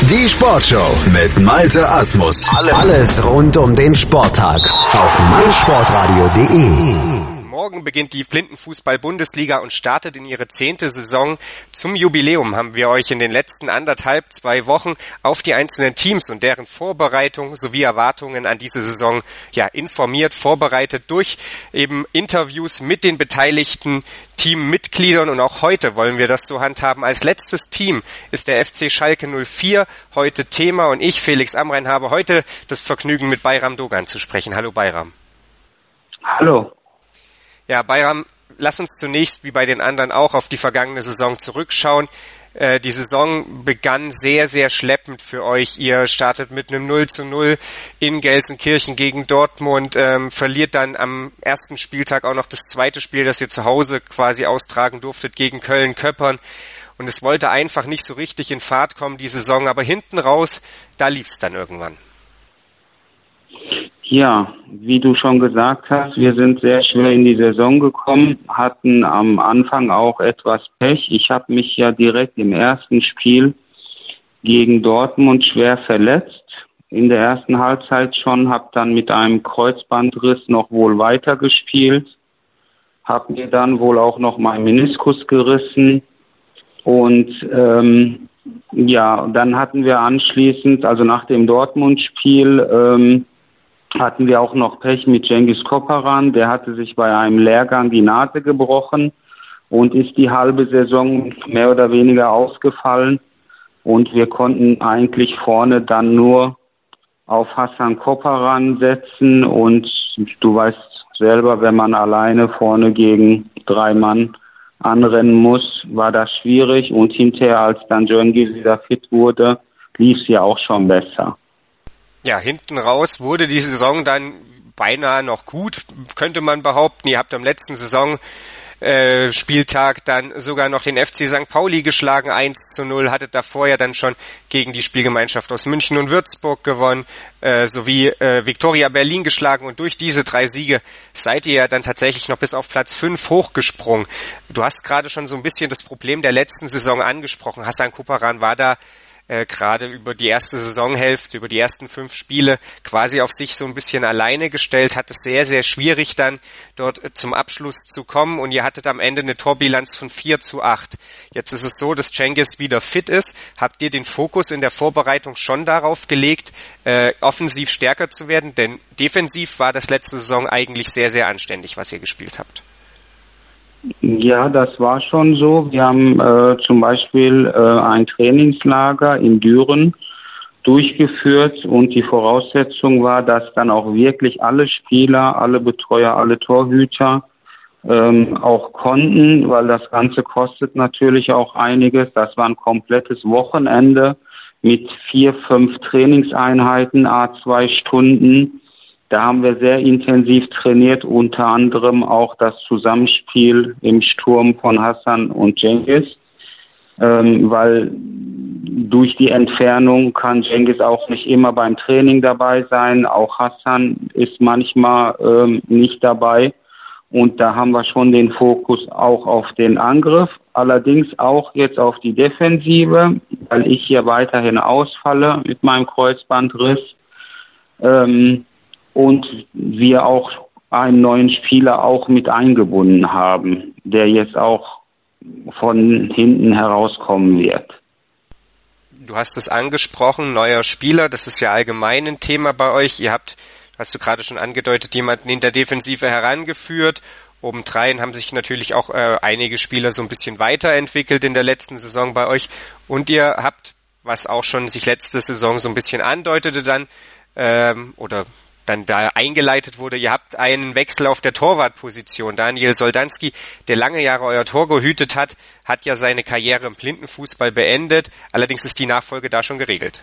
Die Sportshow mit Malte Asmus. Alles rund um den Sporttag auf meinsportradio.de. Morgen beginnt die Blindenfußball-Bundesliga und startet in ihre 10. Saison. Zum Jubiläum haben wir euch in den letzten 2 Wochen auf die einzelnen Teams und deren Vorbereitung sowie Erwartungen an diese Saison informiert, vorbereitet durch eben Interviews mit den beteiligten Teammitgliedern, und auch heute wollen wir das so handhaben. Als letztes Team ist der FC Schalke 04 heute Thema, und ich, Felix Amrain, habe heute das Vergnügen, mit Bayram Dogan zu sprechen. Hallo Bayram. Hallo. Ja, Bayram, lass uns zunächst, wie bei den anderen auch, auf die vergangene Saison zurückschauen. Die Saison begann sehr, sehr schleppend für euch. Ihr startet mit einem 0:0 in Gelsenkirchen gegen Dortmund, verliert dann am ersten Spieltag auch noch das zweite Spiel, das ihr zu Hause quasi austragen durftet, gegen Köln-Köppern. Und es wollte einfach nicht so richtig in Fahrt kommen, die Saison. Aber hinten raus, da lief's dann irgendwann. Ja, wie du schon gesagt hast, wir sind sehr schwer in die Saison gekommen, hatten am Anfang auch etwas Pech. Ich habe mich ja direkt im ersten Spiel gegen Dortmund schwer verletzt. In der ersten Halbzeit schon, habe dann mit einem Kreuzbandriss noch wohl weitergespielt, habe mir dann wohl auch noch meinen Meniskus gerissen. Und dann hatten wir anschließend, also nach dem Dortmund-Spiel, hatten wir auch noch Pech mit Cengiz Koparan. Der hatte sich bei einem Lehrgang die Nase gebrochen und ist die halbe Saison mehr oder weniger ausgefallen. Und wir konnten eigentlich vorne dann nur auf Hasan Koparan setzen. Und du weißt selber, wenn man alleine vorne gegen 3 Mann anrennen muss, war das schwierig. Und hinterher, als dann Cengiz wieder fit wurde, lief es ja auch schon besser. Ja, hinten raus wurde die Saison dann beinahe noch gut, könnte man behaupten. Ihr habt am letzten Spieltag dann sogar noch den FC St. Pauli geschlagen, 1:0, hattet davor ja dann schon gegen die Spielgemeinschaft aus München und Würzburg gewonnen, sowie Viktoria Berlin geschlagen, und durch diese 3 Siege seid ihr ja dann tatsächlich noch bis auf Platz 5 hochgesprungen. Du hast gerade schon so ein bisschen das Problem der letzten Saison angesprochen. Hasan Koparan war da gerade über die erste Saisonhälfte, über die ersten 5 Spiele quasi auf sich so ein bisschen alleine gestellt, hat es sehr, sehr schwierig dann dort zum Abschluss zu kommen, und ihr hattet am Ende eine Torbilanz von 4:8. Jetzt ist es so, dass Cengiz wieder fit ist. Habt ihr den Fokus in der Vorbereitung schon darauf gelegt, offensiv stärker zu werden? Denn defensiv war das letzte Saison eigentlich sehr, sehr anständig, was ihr gespielt habt. Ja, das war schon so. Wir haben zum Beispiel ein Trainingslager in Düren durchgeführt, und die Voraussetzung war, dass dann auch wirklich alle Spieler, alle Betreuer, alle Torhüter auch konnten, weil das Ganze kostet natürlich auch einiges. Das war ein komplettes Wochenende mit 4, 5 Trainingseinheiten, 2 Stunden. Da haben wir sehr intensiv trainiert, unter anderem auch das Zusammenspiel im Sturm von Hasan und Cengiz, weil durch die Entfernung kann Cengiz auch nicht immer beim Training dabei sein. Auch Hasan ist manchmal nicht dabei, und da haben wir schon den Fokus auch auf den Angriff, allerdings auch jetzt auf die Defensive, weil ich hier weiterhin ausfalle mit meinem Kreuzbandriss. Und wir auch einen neuen Spieler auch mit eingebunden haben, der jetzt auch von hinten herauskommen wird. Du hast es angesprochen, neuer Spieler, das ist ja allgemein ein Thema bei euch. Ihr habt, hast du gerade schon angedeutet, jemanden in der Defensive herangeführt. Obendrein haben sich natürlich auch einige Spieler so ein bisschen weiterentwickelt in der letzten Saison bei euch. Und ihr habt, was auch schon sich letzte Saison so ein bisschen andeutete dann, oder dann da eingeleitet wurde, ihr habt einen Wechsel auf der Torwartposition. Daniel Soldanski, der lange Jahre euer Tor gehütet hat, hat ja seine Karriere im Blindenfußball beendet. Allerdings ist die Nachfolge da schon geregelt.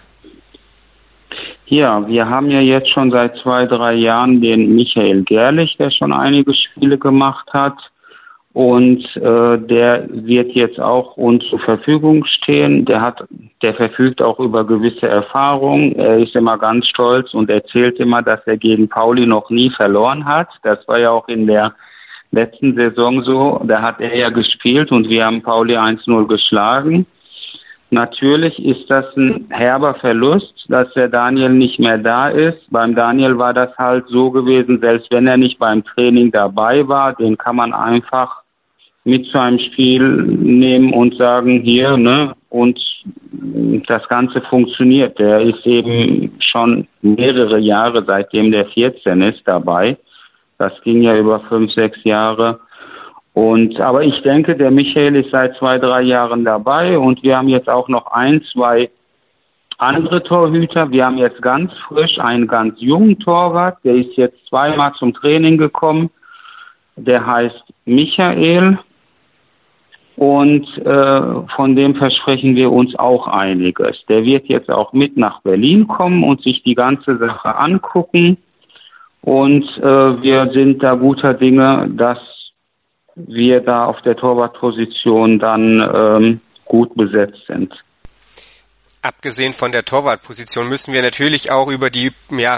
Ja, wir haben ja jetzt schon seit 2, 3 Jahren den Michael Gerlich, der schon einige Spiele gemacht hat. Und der wird jetzt auch uns zur Verfügung stehen. Der verfügt auch über gewisse Erfahrung. Er ist immer ganz stolz und erzählt immer, dass er gegen Pauli noch nie verloren hat. Das war ja auch in der letzten Saison so. Da hat er ja gespielt und wir haben Pauli 1:0 geschlagen. Natürlich ist das ein herber Verlust, dass der Daniel nicht mehr da ist. Beim Daniel war das halt so gewesen, selbst wenn er nicht beim Training dabei war, den kann man einfach mit zu einem Spiel nehmen und sagen, hier, ne, und das Ganze funktioniert. Der ist eben schon mehrere Jahre, seitdem der 14 ist, dabei. Das ging ja über 5, 6 Jahre. Aber ich denke, der Michael ist seit 2, 3 Jahren dabei und wir haben jetzt auch noch 1, 2 andere Torhüter. Wir haben jetzt ganz frisch einen ganz jungen Torwart, der ist jetzt 2-mal zum Training gekommen. Der heißt Michael und von dem versprechen wir uns auch einiges. Der wird jetzt auch mit nach Berlin kommen und sich die ganze Sache angucken und wir sind da guter Dinge, dass wir da auf der Torwartposition dann gut besetzt sind. Abgesehen von der Torwartposition müssen wir natürlich auch über die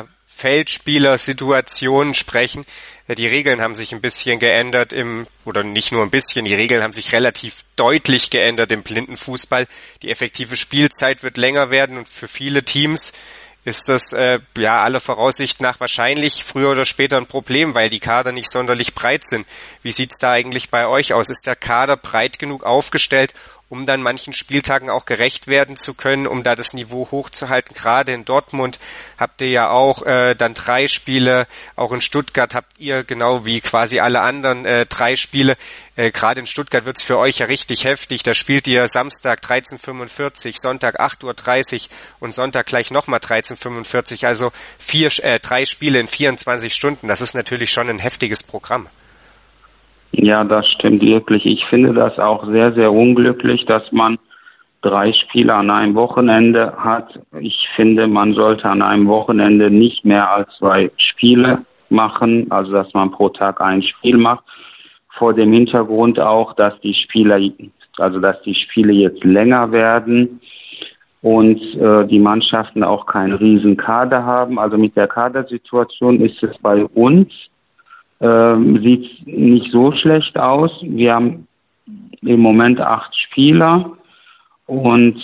Feldspieler-Situationen sprechen. Die Regeln haben sich ein bisschen geändert oder nicht nur ein bisschen, die Regeln haben sich relativ deutlich geändert im Blindenfußball. Die effektive Spielzeit wird länger werden und für viele Teams ist das aller Voraussicht nach wahrscheinlich früher oder später ein Problem, weil die Kader nicht sonderlich breit sind. Wie sieht's da eigentlich bei euch aus? Ist der Kader breit genug aufgestellt, um dann manchen Spieltagen auch gerecht werden zu können, um da das Niveau hochzuhalten? Gerade in Dortmund habt ihr ja auch dann 3 Spiele, auch in Stuttgart habt ihr genau wie quasi alle anderen 3 Spiele. Gerade in Stuttgart wird's für euch ja richtig heftig. Da spielt ihr Samstag 13:45, Sonntag 8:30 Uhr und Sonntag gleich nochmal 13:45. Also 3 Spiele in 24 Stunden. Das ist natürlich schon ein heftiges Programm. Ja, das stimmt wirklich. Ich finde das auch sehr, sehr unglücklich, dass man 3 Spiele an einem Wochenende hat. Ich finde, man sollte an einem Wochenende nicht mehr als 2 Spiele machen, also dass man pro Tag ein Spiel macht. Vor dem Hintergrund auch, dass die Spiele jetzt länger werden und die Mannschaften auch keinen riesen Kader haben. Also mit der Kadersituation ist es bei uns sieht nicht so schlecht aus. Wir haben im Moment 8 Spieler und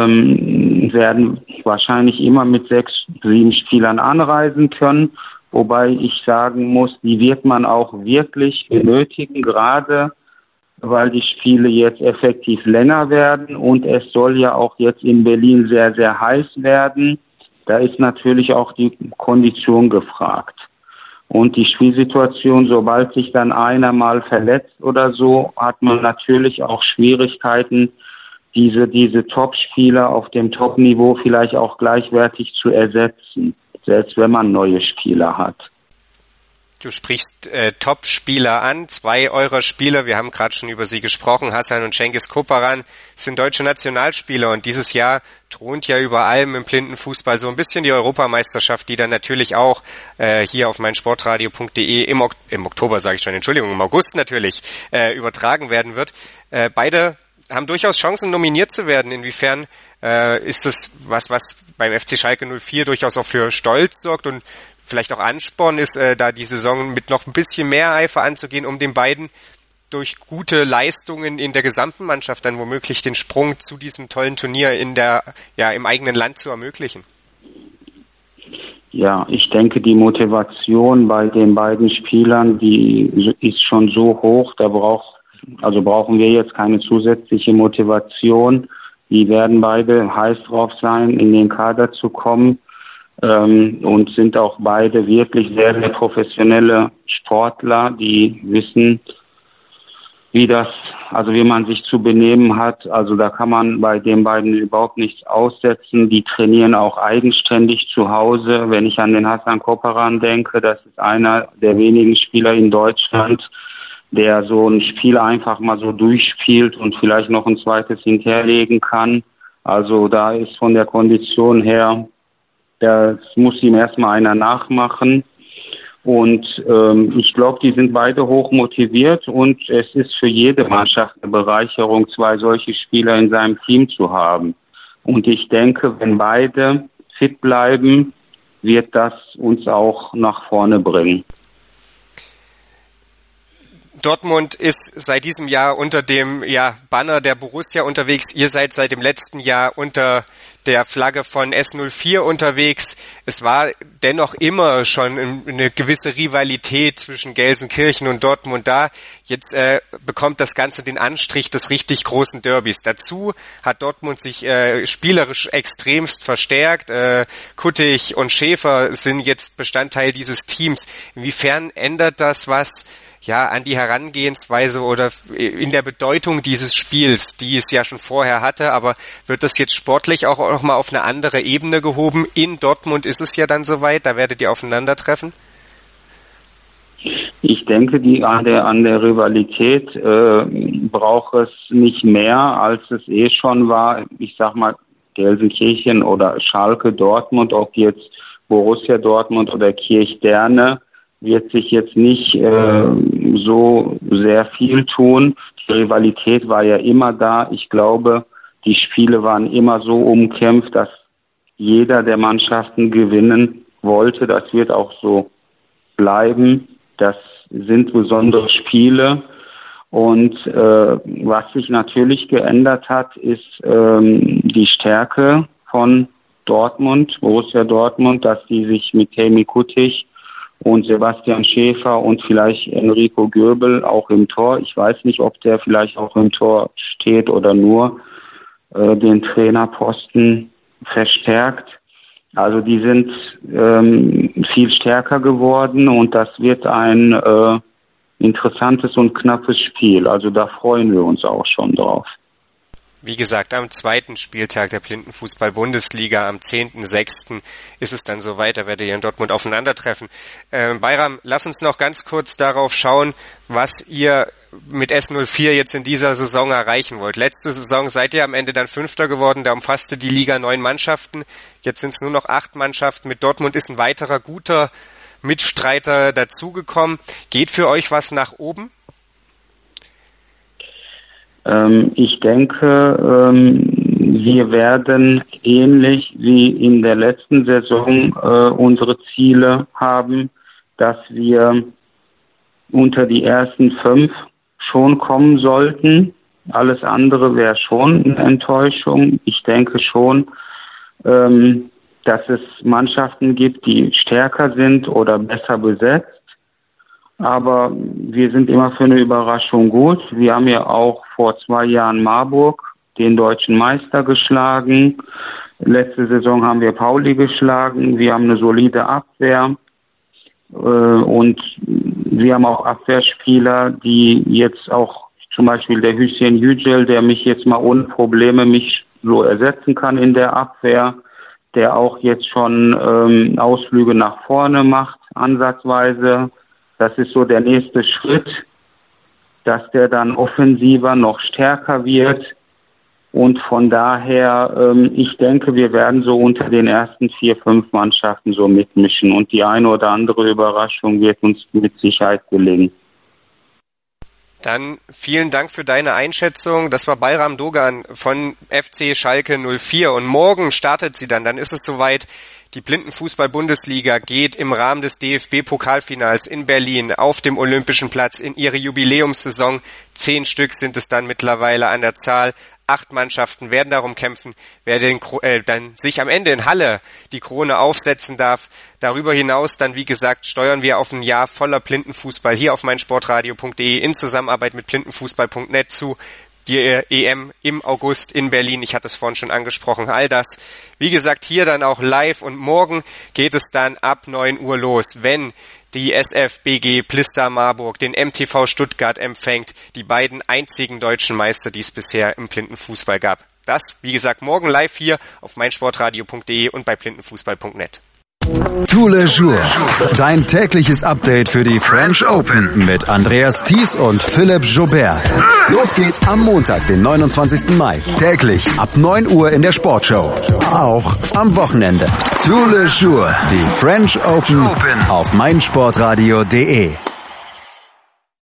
werden wahrscheinlich immer mit 6, 7 Spielern anreisen können. Wobei ich sagen muss, die wird man auch wirklich benötigen, gerade weil die Spiele jetzt effektiv länger werden und es soll ja auch jetzt in Berlin sehr, sehr heiß werden. Da ist natürlich auch die Kondition gefragt. Und die Spielsituation, sobald sich dann einer mal verletzt oder so, hat man natürlich auch Schwierigkeiten, diese Top-Spieler auf dem Top-Niveau vielleicht auch gleichwertig zu ersetzen, selbst wenn man neue Spieler hat. Du sprichst Top-Spieler an. 2 eurer Spieler, wir haben gerade schon über sie gesprochen, Hasan und Cengiz Koparan, sind deutsche Nationalspieler und dieses Jahr thront ja über allem im Blindenfußball so ein bisschen die Europameisterschaft, die dann natürlich auch hier auf meinsportradio.de im August natürlich übertragen werden wird. Beide haben durchaus Chancen, nominiert zu werden. Inwiefern ist es was beim FC Schalke 04 durchaus auch für Stolz sorgt und vielleicht auch Ansporn ist, da die Saison mit noch ein bisschen mehr Eifer anzugehen, um den beiden durch gute Leistungen in der gesamten Mannschaft dann womöglich den Sprung zu diesem tollen Turnier im eigenen Land zu ermöglichen? Ja, ich denke, die Motivation bei den beiden Spielern, die ist schon so hoch, brauchen wir jetzt keine zusätzliche Motivation. Die werden beide heiß drauf sein, in den Kader zu kommen. Und sind auch beide wirklich sehr, sehr professionelle Sportler, die wissen, wie man sich zu benehmen hat. Also da kann man bei den beiden überhaupt nichts aussetzen. Die trainieren auch eigenständig zu Hause. Wenn ich an den Hasan Koparan denke, das ist einer der wenigen Spieler in Deutschland, der so ein Spiel einfach mal so durchspielt und vielleicht noch ein zweites hinterlegen kann. Also da ist von der Kondition her, das muss ihm erstmal einer nachmachen. Und ich glaube, die sind beide hoch motiviert und es ist für jede Mannschaft eine Bereicherung, 2 solche Spieler in seinem Team zu haben. Und ich denke, wenn beide fit bleiben, wird das uns auch nach vorne bringen. Dortmund ist seit diesem Jahr unter dem Banner der Borussia unterwegs. Ihr seid seit dem letzten Jahr unter der Flagge von S04 unterwegs. Es war dennoch immer schon eine gewisse Rivalität zwischen Gelsenkirchen und Dortmund da. Jetzt bekommt das Ganze den Anstrich des richtig großen Derbys. Dazu hat Dortmund sich spielerisch extremst verstärkt. Kuttig und Schäfer sind jetzt Bestandteil dieses Teams. Inwiefern ändert das was an die Herangehensweise oder in der Bedeutung dieses Spiels, die es ja schon vorher hatte, aber wird das jetzt sportlich auch noch mal auf eine andere Ebene gehoben? In Dortmund ist es ja dann soweit, da werdet ihr aufeinandertreffen? Ich denke, an der Rivalität braucht es nicht mehr, als es schon war. Ich sag mal, Gelsenkirchen oder Schalke, Dortmund, ob jetzt Borussia Dortmund oder Kirchderne, wird sich jetzt nicht so sehr viel tun. Die Rivalität war ja immer da. Ich glaube, die Spiele waren immer so umkämpft, dass jeder der Mannschaften gewinnen wollte. Das wird auch so bleiben. Das sind besondere Spiele. Und was sich natürlich geändert hat, ist die Stärke von Dortmund, Borussia Dortmund, dass die sich mit Helmi Kuttig und Sebastian Schäfer und vielleicht Enrico Göbel auch im Tor. Ich weiß nicht, ob der vielleicht auch im Tor steht oder nur den Trainerposten verstärkt. Also die sind viel stärker geworden und das wird ein interessantes und knappes Spiel. Also da freuen wir uns auch schon drauf. Wie gesagt, am 2. Spieltag der Blindenfußball-Bundesliga, am 10.06. ist es dann soweit, da werdet ihr in Dortmund aufeinandertreffen. Bayram, lass uns noch ganz kurz darauf schauen, was ihr mit S04 jetzt in dieser Saison erreichen wollt. Letzte Saison seid ihr am Ende dann 5. geworden, da umfasste die Liga 9 Mannschaften, jetzt sind es nur noch 8 Mannschaften. Mit Dortmund ist ein weiterer guter Mitstreiter dazugekommen. Geht für euch was nach oben? Ich denke, wir werden ähnlich wie in der letzten Saison unsere Ziele haben, dass wir unter die ersten 5 schon kommen sollten. Alles andere wäre schon eine Enttäuschung. Ich denke schon, dass es Mannschaften gibt, die stärker sind oder besser besetzt. Aber wir sind immer für eine Überraschung gut. Wir haben ja auch vor 2 Jahren Marburg, den deutschen Meister, geschlagen. Letzte Saison haben wir Pauli geschlagen. Wir haben eine solide Abwehr. Und wir haben auch Abwehrspieler, die jetzt auch, zum Beispiel der Hüseyin Yücel, der mich jetzt mal ohne Probleme mich so ersetzen kann in der Abwehr, der auch jetzt schon Ausflüge nach vorne macht, ansatzweise. Das ist so der nächste Schritt, dass der dann offensiver noch stärker wird. Und von daher, ich denke, wir werden so unter den ersten 4, 5 Mannschaften so mitmischen. Und die eine oder andere Überraschung wird uns mit Sicherheit gelingen. Dann vielen Dank für deine Einschätzung. Das war Bayram Dogan von FC Schalke 04. Und morgen startet sie dann. Dann ist es soweit. Die Blindenfußball-Bundesliga geht im Rahmen des DFB-Pokalfinals in Berlin auf dem Olympischen Platz in ihre Jubiläumssaison. 10 Stück sind es dann mittlerweile an der Zahl. 8 Mannschaften werden darum kämpfen, wer dann sich am Ende in Halle die Krone aufsetzen darf. Darüber hinaus dann, wie gesagt, steuern wir auf ein Jahr voller Blindenfußball hier auf meinsportradio.de in Zusammenarbeit mit blindenfußball.net zu. Die EM im August in Berlin, ich hatte es vorhin schon angesprochen, all das. Wie gesagt, hier dann auch live und morgen geht es dann ab 9 Uhr los, wenn die SFBG Plister Marburg den MTV Stuttgart empfängt, die beiden einzigen deutschen Meister, die es bisher im Blindenfußball gab. Das, wie gesagt, morgen live hier auf meinsportradio.de und bei blindenfußball.net. Tous les jours, dein tägliches Update für die French Open mit Andreas Thies und Philipp Joubert. Los geht's am Montag, den 29. Mai. Täglich ab 9 Uhr in der Sportshow. Auch am Wochenende. Tous les jours, die French Open auf meinsportradio.de.